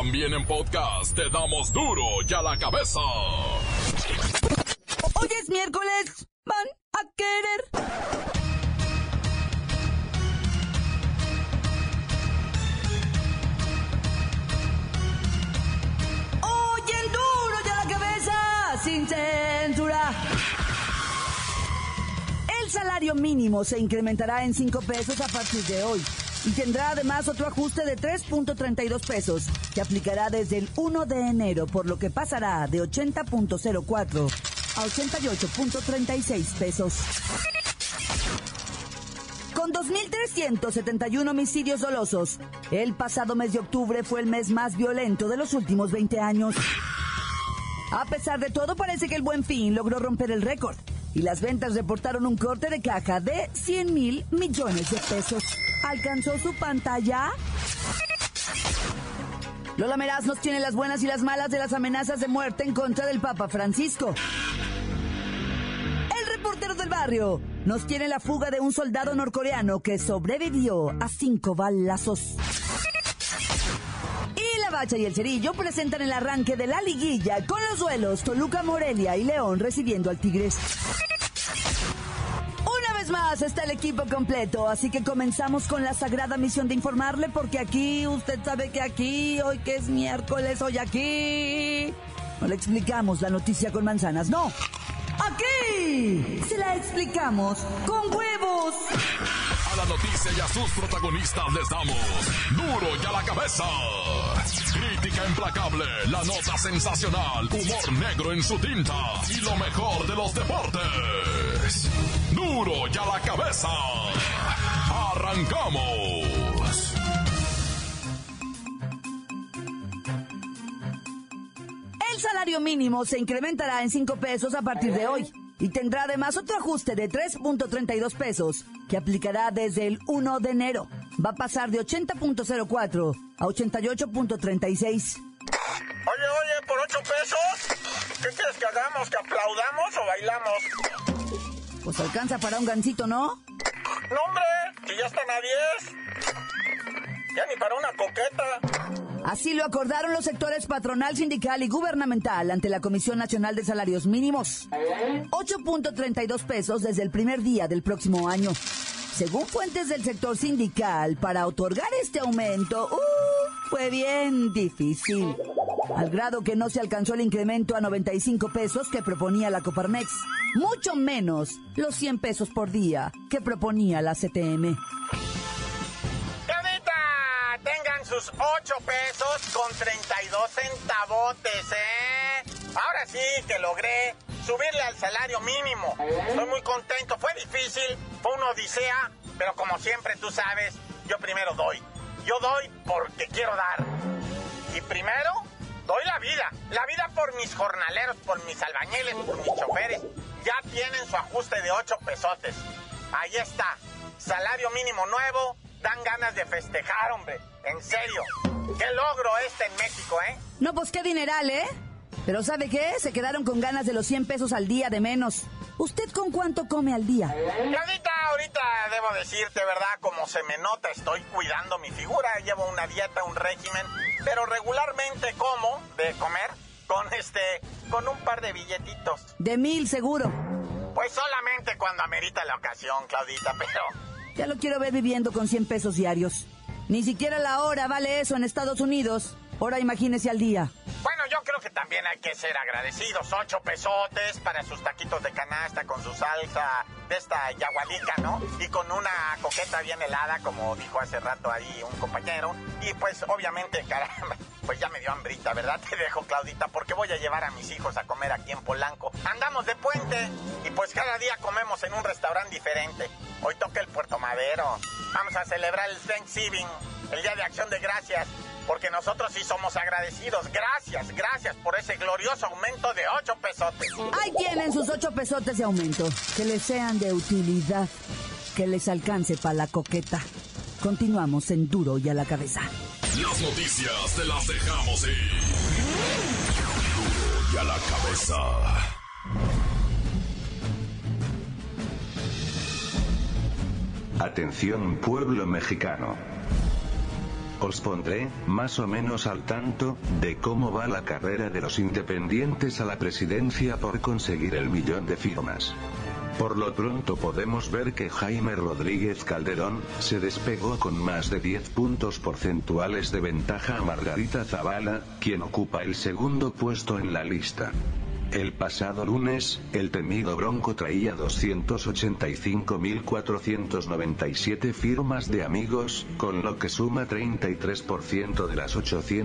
También en podcast te damos duro y a la cabeza. Hoy es miércoles, van a querer. Hoy en duro y a la cabeza, sin censura. El salario mínimo se incrementará en 5 pesos a partir de hoy. Y tendrá además otro ajuste de 3.32 pesos, que aplicará desde el 1 de enero, por lo que pasará de 80.04 a 88.36 pesos. Con 2.371 homicidios dolosos, el pasado mes de octubre fue el mes más violento de los últimos 20 años. A pesar de todo, parece que el Buen Fin logró romper el récord, y las ventas reportaron un corte de caja de 100,000 millones de pesos. ¿Alcanzó su pantalla? Lola Meraz nos tiene las buenas y las malas de las amenazas de muerte en contra del Papa Francisco. El reportero del barrio nos tiene la fuga de un soldado norcoreano que sobrevivió a 5 balazos. Y la Bacha y el Cerillo presentan el arranque de la liguilla con los duelos Toluca, Morelia y León recibiendo al Tigres. Más está el equipo completo, así que comenzamos con la sagrada misión de informarle, porque aquí, usted sabe que aquí, hoy que es miércoles, hoy aquí no le explicamos la noticia con manzanas, no, aquí se la explicamos con huevos. A la noticia y a sus protagonistas les damos duro y a la cabeza. Crítica implacable, la nota sensacional, humor negro en su tinta y lo mejor de los deportes. Duro y a la cabeza. ¡Arrancamos! El salario mínimo se incrementará en 5 pesos a partir de hoy y tendrá además otro ajuste de 3.32 pesos que aplicará desde el 1 de enero. Va a pasar de 80.04 a 88.36. Oye, ¿por 8 pesos? ¿Qué quieres que hagamos? ¿Que aplaudamos o bailamos? Pues alcanza para un gansito, ¿no? No, hombre, que ya están a 10. Ya ni para una coqueta. Así lo acordaron los sectores patronal, sindical y gubernamental ante la Comisión Nacional de Salarios Mínimos. 8.32 pesos desde el primer día del próximo año. Según fuentes del sector sindical, para otorgar este aumento, fue bien difícil. Al grado que no se alcanzó el incremento a 95 pesos que proponía la Coparmex. Mucho menos los 100 pesos por día que proponía la CTM. ¡Cadita! Tengan sus 8 pesos con 32 centavotes, ¿eh? Ahora sí que logré subirle al salario mínimo. Estoy muy contento. Fue difícil, fue una odisea, pero como siempre tú sabes, yo primero doy. Yo doy porque quiero dar. Y primero doy la vida por mis jornaleros, por mis albañiles, por mis choferes. Ya tienen su ajuste de 8 pesotes. Ahí está, salario mínimo nuevo, dan ganas de festejar, hombre. En serio, qué logro en México, ¿eh? No, pues qué dineral, ¿eh? Pero ¿sabe qué? Se quedaron con ganas de los 100 pesos al día de menos. ¿Usted con cuánto come al día? Claudita, ahorita debo decirte, ¿verdad? Como se me nota, estoy cuidando mi figura. Llevo una dieta, un régimen, pero regularmente como de comer con un par de billetitos. De 1,000 seguro. Pues solamente cuando amerita la ocasión, Claudita, pero... Ya lo quiero ver viviendo con 100 pesos diarios. Ni siquiera la hora vale eso en Estados Unidos. Ahora imagínese al día. Bueno, yo creo que también hay que ser agradecidos. 8 pesotes para sus taquitos de canasta con su salsa de esta yagualica, ¿no? Y con una coqueta bien helada, como dijo hace rato ahí un compañero. Y pues obviamente, caramba, pues ya me dio hambrita, ¿verdad? Te dejo, Claudita, porque voy a llevar a mis hijos a comer aquí en Polanco. Andamos de puente y pues cada día comemos en un restaurante diferente. Hoy toca el Puerto Madero. Vamos a celebrar el Thanksgiving, el Día de Acción de Gracias. Porque nosotros sí somos agradecidos. Gracias por ese glorioso aumento de 8 pesotes. Ahí tienen sus 8 pesotes de aumento. Que les sean de utilidad. Que les alcance para la coqueta. Continuamos en Duro y a la Cabeza. Las noticias te las dejamos ir. Duro y a la Cabeza. Atención, pueblo mexicano. os pondré, más o menos al tanto, de cómo va la carrera de los independientes a la presidencia por conseguir el 1.000.000 de firmas. Por lo pronto podemos ver que Jaime Rodríguez Calderón se despegó con más de 10 puntos porcentuales de ventaja a Margarita Zavala, quien ocupa el segundo puesto en la lista. El pasado lunes, el temido Bronco traía 285.497 firmas de amigos, con lo que suma 33% de las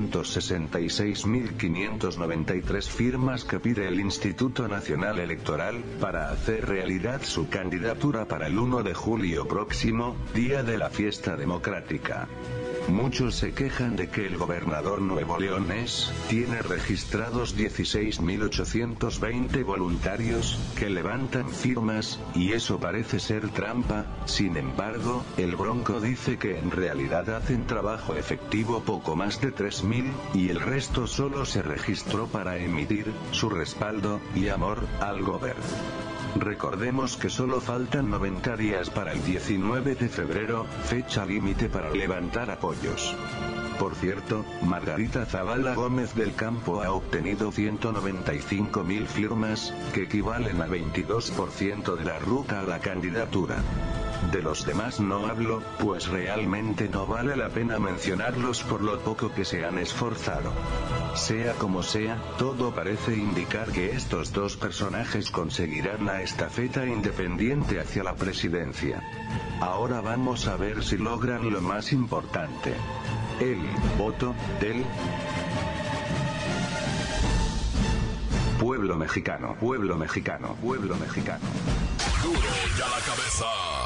866.593 firmas que pide el Instituto Nacional Electoral, para hacer realidad su candidatura para el 1 de julio próximo, día de la fiesta democrática. Muchos se quejan de que el gobernador nuevoleonés tiene registrados 16.820 voluntarios que levantan firmas, y eso parece ser trampa. Sin embargo, el Bronco dice que en realidad hacen trabajo efectivo poco más de 3.000, y el resto solo se registró para emitir su respaldo y amor al gobierno. Recordemos que solo faltan 90 días para el 19 de febrero, fecha límite para levantar apoyos. Por cierto, Margarita Zavala Gómez del Campo ha obtenido 195.000 firmas, que equivalen a 22% de la ruta a la candidatura. De los demás no hablo, pues realmente no vale la pena mencionarlos por lo poco que se han esforzado. Sea como sea, todo parece indicar que estos dos personajes conseguirán la estafeta independiente hacia la presidencia. Ahora vamos a ver si logran lo más importante: el voto del pueblo mexicano, pueblo mexicano, pueblo mexicano. Duro y a la cabeza.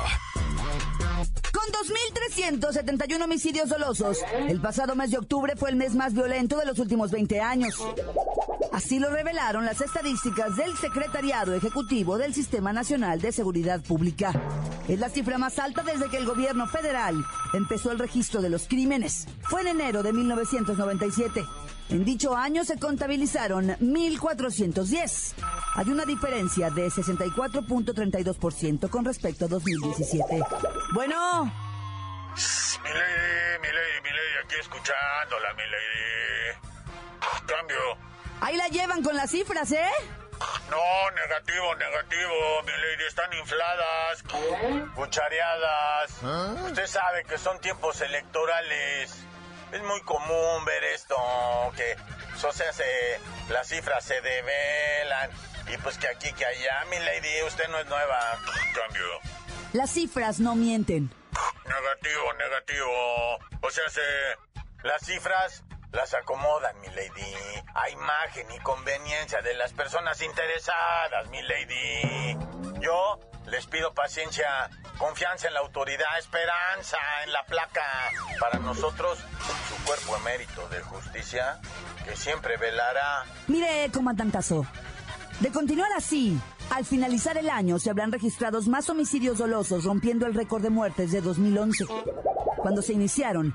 Con 2.371 homicidios dolosos, el pasado mes de octubre fue el mes más violento de los últimos 20 años. Así lo revelaron las estadísticas del Secretariado Ejecutivo del Sistema Nacional de Seguridad Pública. Es la cifra más alta desde que el gobierno federal empezó el registro de los crímenes. Fue en enero de 1997. En dicho año se contabilizaron 1.410. Hay una diferencia de 64.32% con respecto a 2017. Bueno. Mi lady, aquí escuchándola, mi lady. Cambio. Ahí la llevan con las cifras, ¿eh? No, negativo, mi lady, están infladas, cuchareadas. Usted sabe que son tiempos electorales. Es muy común ver esto, que, o sea, las cifras se develan, y pues que aquí, que allá, mi lady, usted no es nueva. Cambio. Las cifras no mienten. Negativo. O sea, las cifras las acomodan, mi lady, a imagen y conveniencia de las personas interesadas, mi lady. Yo les pido paciencia, confianza en la autoridad, esperanza en la placa. Para nosotros, su cuerpo emérito de justicia, que siempre velará. Mire, comandantazo, de continuar así, al finalizar el año se habrán registrado más homicidios dolosos, rompiendo el récord de muertes de 2011, cuando se iniciaron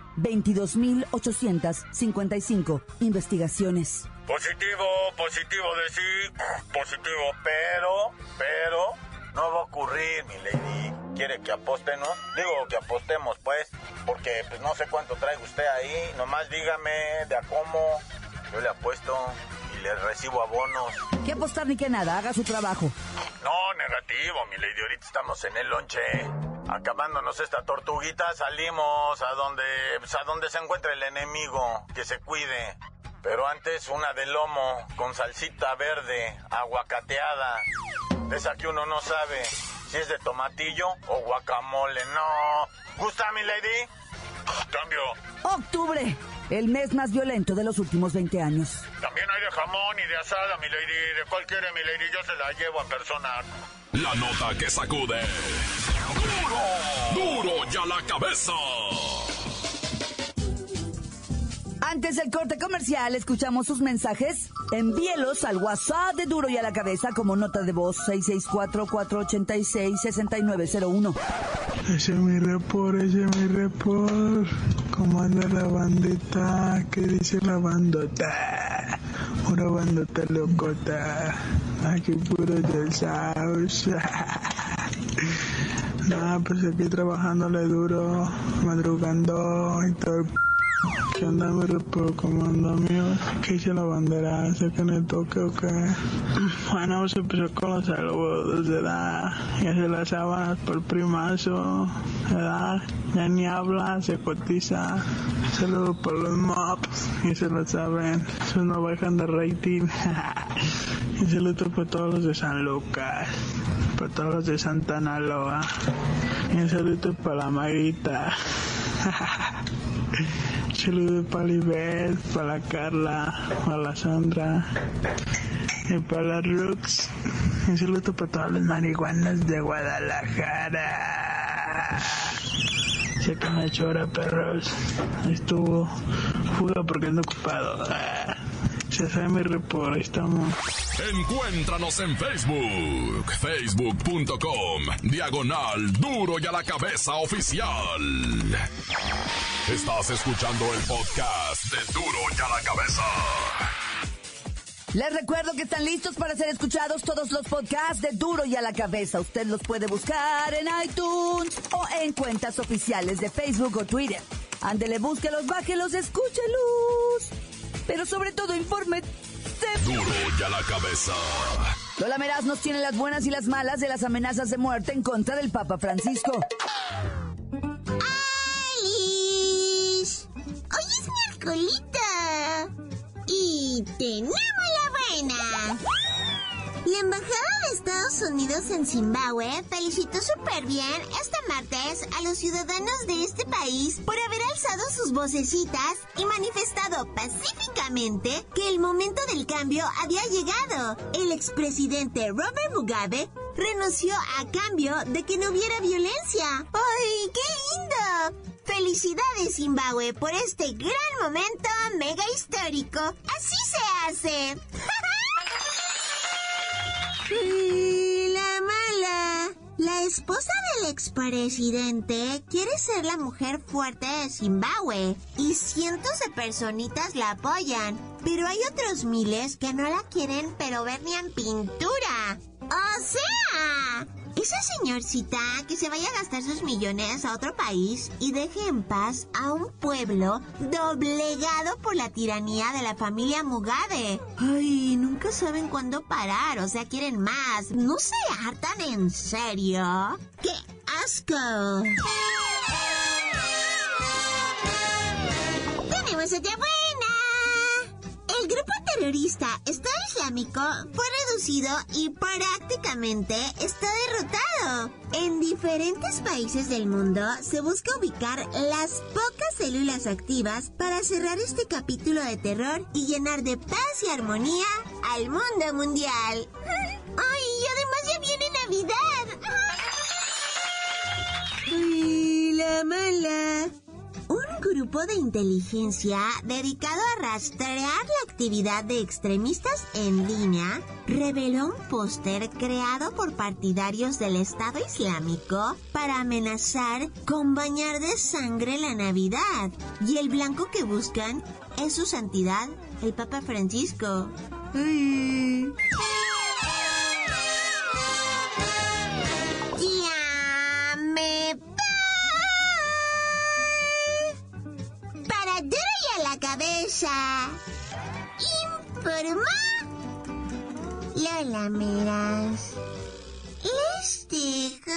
22.855 investigaciones. Positivo decir, positivo, pero no va a ocurrir, mi lady. ¿Quiere que aposte, no? Digo que apostemos, pues, porque pues no sé cuánto trae usted ahí. Nomás dígame de a cómo. Yo le apuesto y le recibo abonos. ¿Qué apostar ni que nada? Haga su trabajo. No, negativo, mi lady. Ahorita estamos en el lonche. Acabándonos esta tortuguita, salimos a donde se encuentre el enemigo. Que se cuide. Pero antes una de lomo con salsita verde, aguacateada. De esa que uno no sabe si es de tomatillo o guacamole. No. ¿Gusta, mi lady? Cambio. Octubre, el mes más violento de los últimos 20 años. También hay de jamón y de asada, mi lady. ¿De cuál quiere, mi lady? Yo se la llevo en persona. La nota que sacude. ¡Duro y a la cabeza! Antes del corte comercial, escuchamos sus mensajes. Envíelos al WhatsApp de Duro y a la Cabeza como nota de voz 664-486-6901. Ese es mi report. ¿Cómo anda la bandita? ¿Qué dice la bandota? Una bandota locota. Aquí puro del South. Nada, pues aquí trabajándole duro, madrugando y todo. ¿Qué onda, mi repo? ¿Cómo anda, amigos? ¿Qué hice la bandera? ¿Saquen el toque o qué? Bueno, se empezó con los saludos, ¿verdad? Ya se las sábanas por primazo, ¿verdad? Ya ni habla, se cotiza. Saludos por los mobs, y se lo saben. Esos no bajan de rating. Y saludos para todos los de San Lucas, para todos los de Santa Analoa. Y un saludo para la Marita. Saludos para Libet, para la Carla, para la Sandra y para la Rux. Un saludo para todas las marihuanas de Guadalajara. Sé que me chora, perros. Estuvo fuga porque ando ocupado. Se sabe mi report, ahí estamos. Encuéntranos en Facebook, facebook.com/Duro y a la Cabeza Oficial. Estás escuchando el podcast de Duro y a la Cabeza. Les recuerdo que están listos para ser escuchados todos los podcasts de Duro y a la Cabeza. Usted los puede buscar en iTunes o en cuentas oficiales de Facebook o Twitter. Ándele, búsquelos, bájelos, escúchelos. Pero sobre todo, infórmese. Duro y a la Cabeza. Lola Meraz nos tiene las buenas y las malas de las amenazas de muerte en contra del Papa Francisco. ¡Alice! Hoy es miércolita y tenemos la buena. La Embajada de Estados Unidos en Zimbabue felicitó súper bien este martes a los ciudadanos de este país por haber alzado sus vocecitas y manifestado pacíficamente que el momento del cambio había llegado. El expresidente Robert Mugabe renunció a cambio de que no hubiera violencia. ¡Ay, qué lindo! ¡Felicidades, Zimbabue, por este gran momento mega histórico! ¡Así se hace! Y la mala. La esposa del expresidente quiere ser la mujer fuerte de Zimbabue y cientos de personitas la apoyan, pero hay otros miles que no la quieren pero ver ni en pintura. O sea, esa señorcita que se vaya a gastar sus millones a otro país y deje en paz a un pueblo doblegado por la tiranía de la familia Mugabe. Ay, nunca saben cuándo parar, o sea, quieren más. ¿No se hartan en serio? ¡Qué asco! ¡Tenemos otra buena! El grupo terrorista Estado Islámico fue reducido y prácticamente está derrotado. En diferentes países del mundo se busca ubicar las pocas células activas para cerrar este capítulo de terror y llenar de paz y armonía al mundo mundial. ¡Ay, y además ya viene Navidad! ¡Ay, la mala! Un grupo de inteligencia dedicado a rastrear la actividad de extremistas en línea reveló un póster creado por partidarios del Estado Islámico para amenazar con bañar de sangre la Navidad. Y el blanco que buscan es su santidad, el Papa Francisco. ¡Ay! ¡Ya me cabeza! Informó Lola Meraz. Les dejo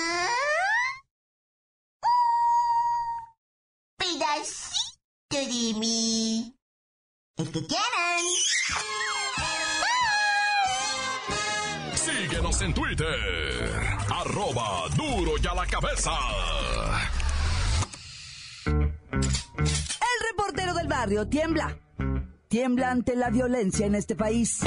un pedacito de mí. El que quieran. Síguenos en Twitter. @Duro y a la Cabeza. El reportero del barrio tiembla. Tiembla ante la violencia en este país.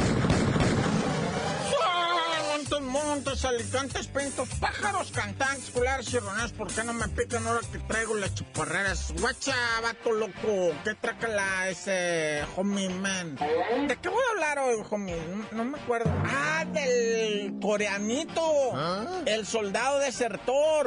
Montes, alicantes, pintos, pájaros, cantantes, culares y roneos. ¿Por qué no me pican ahora que traigo las chuparreras? Guacha, vato loco, ¿qué trácala ese homie man? ¿De qué voy a hablar hoy, homie? No me acuerdo. Ah, del coreanito, el soldado desertor.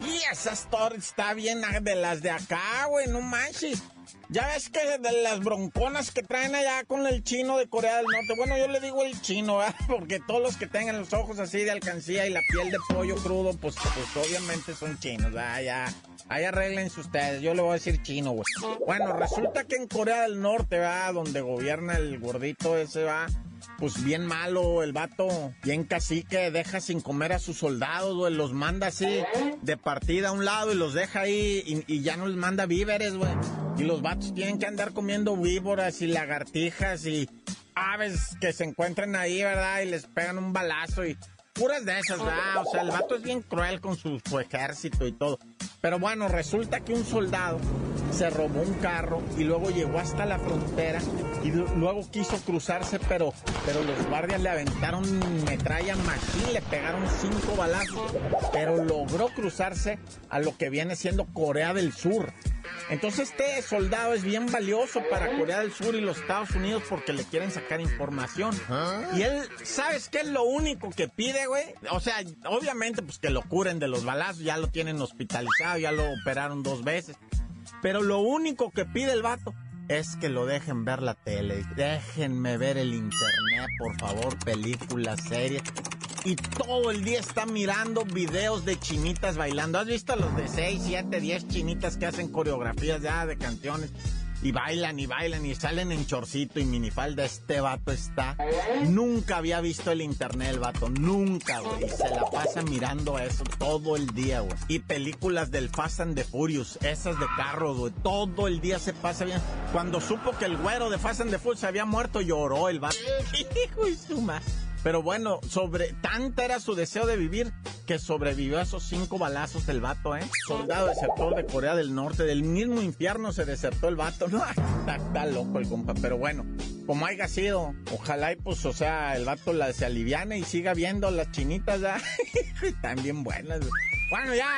Y esa Story está bien de las de acá, güey, no manches. Ya ves que de las bronconas que traen allá con el chino de Corea del Norte, bueno, yo le digo el chino, ¿verdad? Porque todos los que tengan los ojos así de alcancía y la piel de pollo crudo, pues obviamente son chinos, ¿verdad? Ya, ahí arréglense ustedes, yo le voy a decir chino, güey. Bueno, resulta que en Corea del Norte, ¿verdad? Donde gobierna el gordito ese, ¿va? Pues bien malo el vato, bien cacique, deja sin comer a sus soldados, güey, los manda así de partida a un lado y los deja ahí y ya no les manda víveres, güey. Y los vatos tienen que andar comiendo víboras y lagartijas y aves que se encuentren ahí, ¿verdad? Y les pegan un balazo y puras de esas, ¿verdad? O sea, el vato es bien cruel con su ejército y todo. Pero bueno, resulta que un soldado se robó un carro y luego llegó hasta la frontera y luego quiso cruzarse, pero los guardias le aventaron metralla machín, le pegaron 5 balazos, pero logró cruzarse a lo que viene siendo Corea del Sur. Entonces este soldado es bien valioso para Corea del Sur y los Estados Unidos porque le quieren sacar información. Y él, ¿sabes qué es lo único que pide, güey? O sea, obviamente pues que lo curen de los balazos, ya lo tienen hospitalizado, ya lo operaron 2 veces. Pero lo único que pide el vato es que lo dejen ver la tele. Déjenme ver el internet, por favor, películas, series. Y todo el día está mirando videos de chinitas bailando. ¿Has visto los de 6, 7, 10 chinitas que hacen coreografías ya de canciones? Y bailan y salen en chorcito y minifalda. Este vato está... Nunca había visto el internet el vato, nunca, güey. Y se la pasa mirando eso todo el día, güey. Y películas del Fast and the Furious, esas de carros, güey. Todo el día se pasa bien. Cuando supo que el güero de Fast and the Furious se había muerto, lloró el vato. Hijo y su madre. Pero bueno, tanta era su deseo de vivir que sobrevivió a esos 5 balazos del vato, ¿eh? Soldado desertor de Corea del Norte, del mismo infierno se desertó el vato, ¿no? Está loco el compa, pero bueno, como haya sido, ojalá y pues, o sea, el vato se aliviane y siga viendo las chinitas, ya. Están bien buenas, güey. Bueno, ya.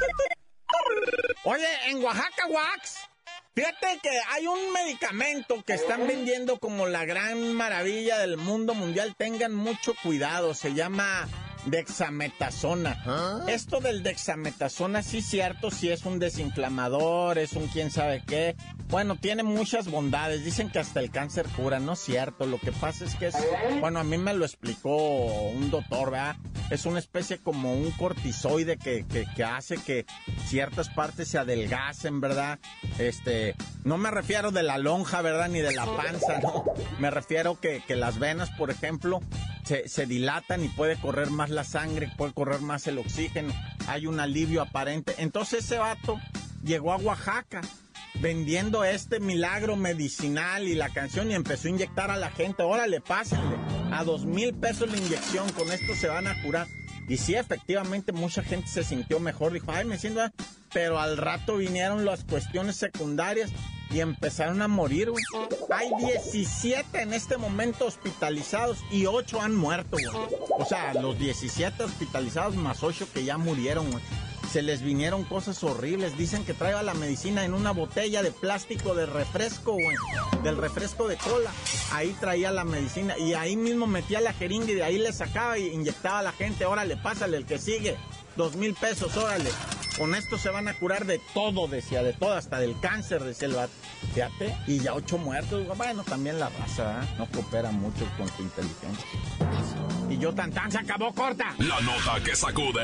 Oye, en Oaxaca, Wax, fíjate que hay un medicamento que están vendiendo como la gran maravilla del mundo mundial. Tengan mucho cuidado, se llama dexametasona. Esto del dexametasona, sí cierto, sí es un desinflamador, es un quién sabe qué. Bueno, tiene muchas bondades, dicen que hasta el cáncer cura, no es cierto. Lo que pasa es que bueno, a mí me lo explicó un doctor, ¿verdad? Es una especie como un cortisoide que hace que ciertas partes se adelgacen, ¿verdad? No me refiero de la lonja, ¿verdad? Ni de la panza, no. Me refiero que las venas, por ejemplo, se dilatan y puede correr más la sangre, puede correr más el oxígeno. Hay un alivio aparente. Entonces ese vato llegó a Oaxaca vendiendo este milagro medicinal y la canción y empezó a inyectar a la gente. Órale, pásenle. A 2,000 pesos la inyección, con esto se van a curar. Y sí, efectivamente, mucha gente se sintió mejor. Dijo, ay, me siento... Pero al rato vinieron las cuestiones secundarias y empezaron a morir, güey. Hay 17 en este momento hospitalizados y 8 han muerto, güey. O sea, los 17 hospitalizados más 8 que ya murieron, güey. Se les vinieron cosas horribles. Dicen que traía la medicina en una botella de plástico de refresco, güey. Del refresco de cola. Ahí traía la medicina y ahí mismo metía la jeringa y de ahí le sacaba y inyectaba a la gente. Órale, pásale, el que sigue. 2,000 pesos, órale. Con esto se van a curar de todo, decía, de todo, hasta del cáncer, decía el vato. Fíjate, y ya 8 muertos. Bueno, también la raza, ¿eh? No coopera mucho con su inteligencia. Y yo tan se acabó, corta. La nota que sacude.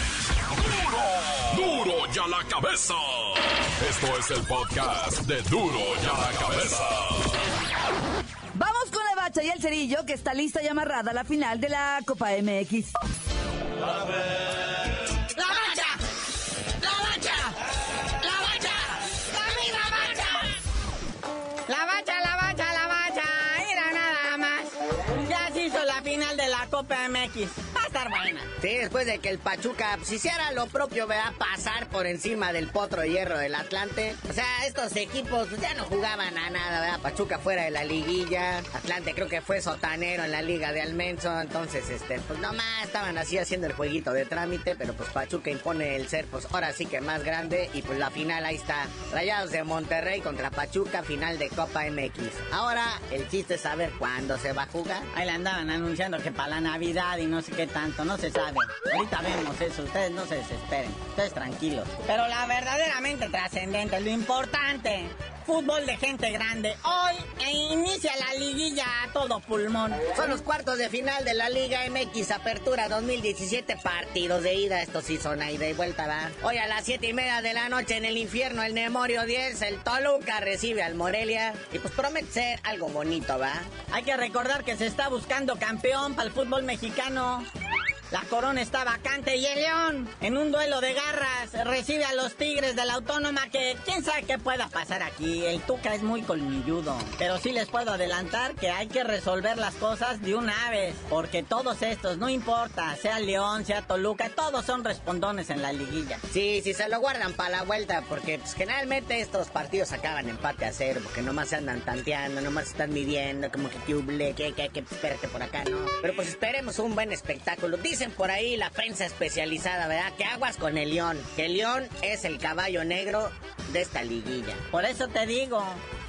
¡Duro! ¡Duro ya la cabeza! Esto es el podcast de Duro ya la cabeza. Vamos con la Bacha y el Cerillo, que está lista y amarrada a la final de la Copa MX. ¡La Bacha! ¡La Bacha! ¡La Bacha! ¡Dame la Bacha! La Bacha, la Bacha, la Bacha. Mira nada más. Ya se hizo la final de la Copa MX. Va a estar buena. Sí, después de que el Pachuca pues, hiciera lo propio, ¿verdad? Pasar por encima del potro de hierro del Atlante. O sea, estos equipos pues, ya no jugaban a nada, ¿verdad? Pachuca fuera de la liguilla. Atlante creo que fue sotanero en la Liga de Almenso. Entonces, pues nomás estaban así haciendo el jueguito de trámite. Pero pues Pachuca impone el ser, pues ahora sí que más grande. Y pues la final ahí está. Rayados de Monterrey contra Pachuca, final de Copa MX. Ahora, el chiste es saber cuándo se va a jugar. Ahí le andaban anunciando que para la Navidad y no sé qué tan. tanto, no se sabe. Ahorita vemos eso, ustedes no se desesperen, ustedes tranquilos. Pero la verdaderamente trascendente, lo importante, fútbol de gente grande. Hoy inicia la liguilla a todo pulmón. Son los cuartos de final de la Liga MX Apertura 2017, partidos de ida. Estos sí son ida y vuelta, ¿va? Hoy a las 7:30 de la noche en el infierno, el Nemorio 10, el Toluca recibe al Morelia. Y pues promete ser algo bonito, ¿va? Hay que recordar que se está buscando campeón para el fútbol mexicano. La corona está vacante y el León, en un duelo de garras, recibe a los Tigres de la Autónoma, que quién sabe qué pueda pasar aquí. El Tuca es muy colmilludo, pero sí les puedo adelantar que hay que resolver las cosas de una vez, porque todos estos, no importa, sea León, sea Toluca, todos son respondones en la liguilla. Sí, se lo guardan para la vuelta, porque pues, generalmente estos partidos acaban empate a 0, porque nomás se andan tanteando, nomás están midiendo, como que espérate por acá, ¿no? Pero pues esperemos un buen espectáculo. Dicen por ahí la prensa especializada, ¿verdad? Que aguas con el León, que el León es el caballo negro de esta liguilla. Por eso te digo,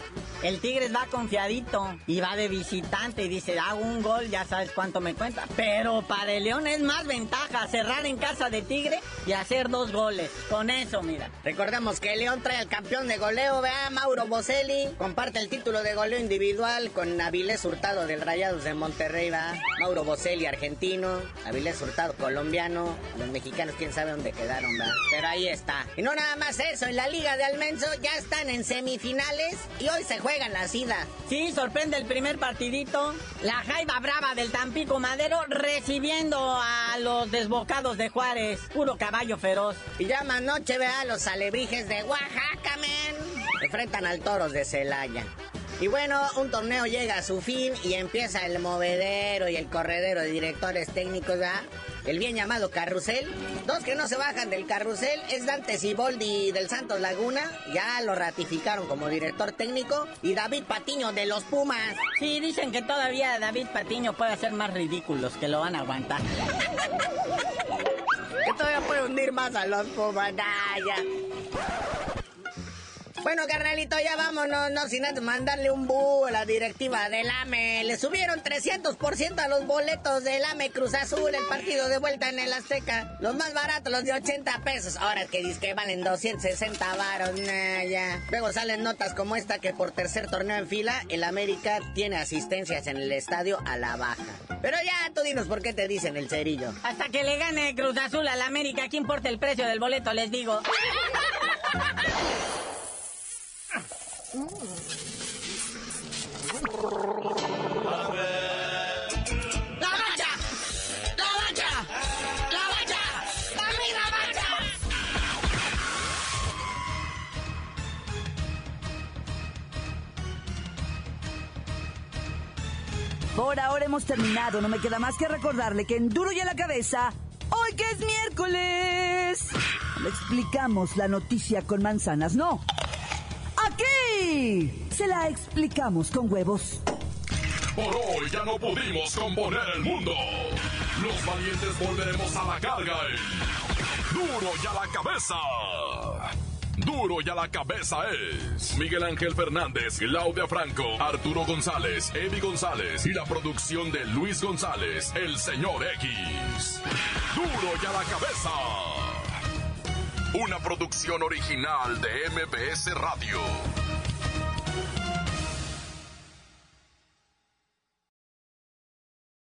el Tigres va confiadito y va de visitante y dice, hago un gol, ya sabes cuánto me cuenta. Pero para el León es más ventaja cerrar en casa de Tigre y hacer 2 goles. Con eso, mira. Recordemos que el León trae al campeón de goleo, ¿verdad? Mauro Boselli. Comparte el título de goleo individual con Avilés Hurtado del Rayados de Monterrey, ¿verdad? Mauro Boselli, argentino. Avilés Hurtado, colombiano. Los mexicanos, quién sabe dónde quedaron, ¿verdad? Pero ahí está. Y no nada más eso, en la Liga de Almenso ya están en semifinales y hoy se juegan las idas. Sí, sorprende el primer partidito. La Jaiba Brava del Tampico Madero recibiendo a los Desbocados de Juárez. Puro caballo feroz. Y ya más noche, vea, los Alebrijes de Oaxaca, men. Enfrentan al Toros de Celaya. Y bueno, un torneo llega a su fin y empieza el movedero y el corredero de directores técnicos, ¿verdad? El bien llamado carrusel. 2 que no se bajan del carrusel es Dante Siboldi del Santos Laguna, ya lo ratificaron como director técnico, y David Patiño de los Pumas. Sí, dicen que todavía David Patiño puede hacer más ridículos, que lo van a aguantar. Que todavía puede hundir más a los Pumas, ya. Bueno, carnalito, ya vámonos, no sin antes mandarle un bu a la directiva del AME. Le subieron 300% a los boletos del AME Cruz Azul, el partido de vuelta en el Azteca. Los más baratos, los de 80 pesos. Ahora que dice que valen 260 varos, ya. Luego salen notas como esta que por tercer torneo en fila, el América tiene asistencias en el estadio a la baja. Pero ya, tú dinos por qué te dicen el cerillo. Hasta que le gane Cruz Azul al América, ¿qué importa el precio del boleto? Les digo. Por ahora hemos terminado, no me queda más que recordarle que en Duro y a la Cabeza, hoy que es miércoles, le explicamos la noticia con manzanas, no. Aquí se la explicamos con huevos. Por hoy ya no pudimos componer el mundo. Los valientes volveremos a la carga en Duro y a la Cabeza. Duro y a la Cabeza es Miguel Ángel Fernández, Claudia Franco, Arturo González, Eddie González y la producción de Luis González, el Señor X. Duro y a la Cabeza. Una producción original de MBS Radio.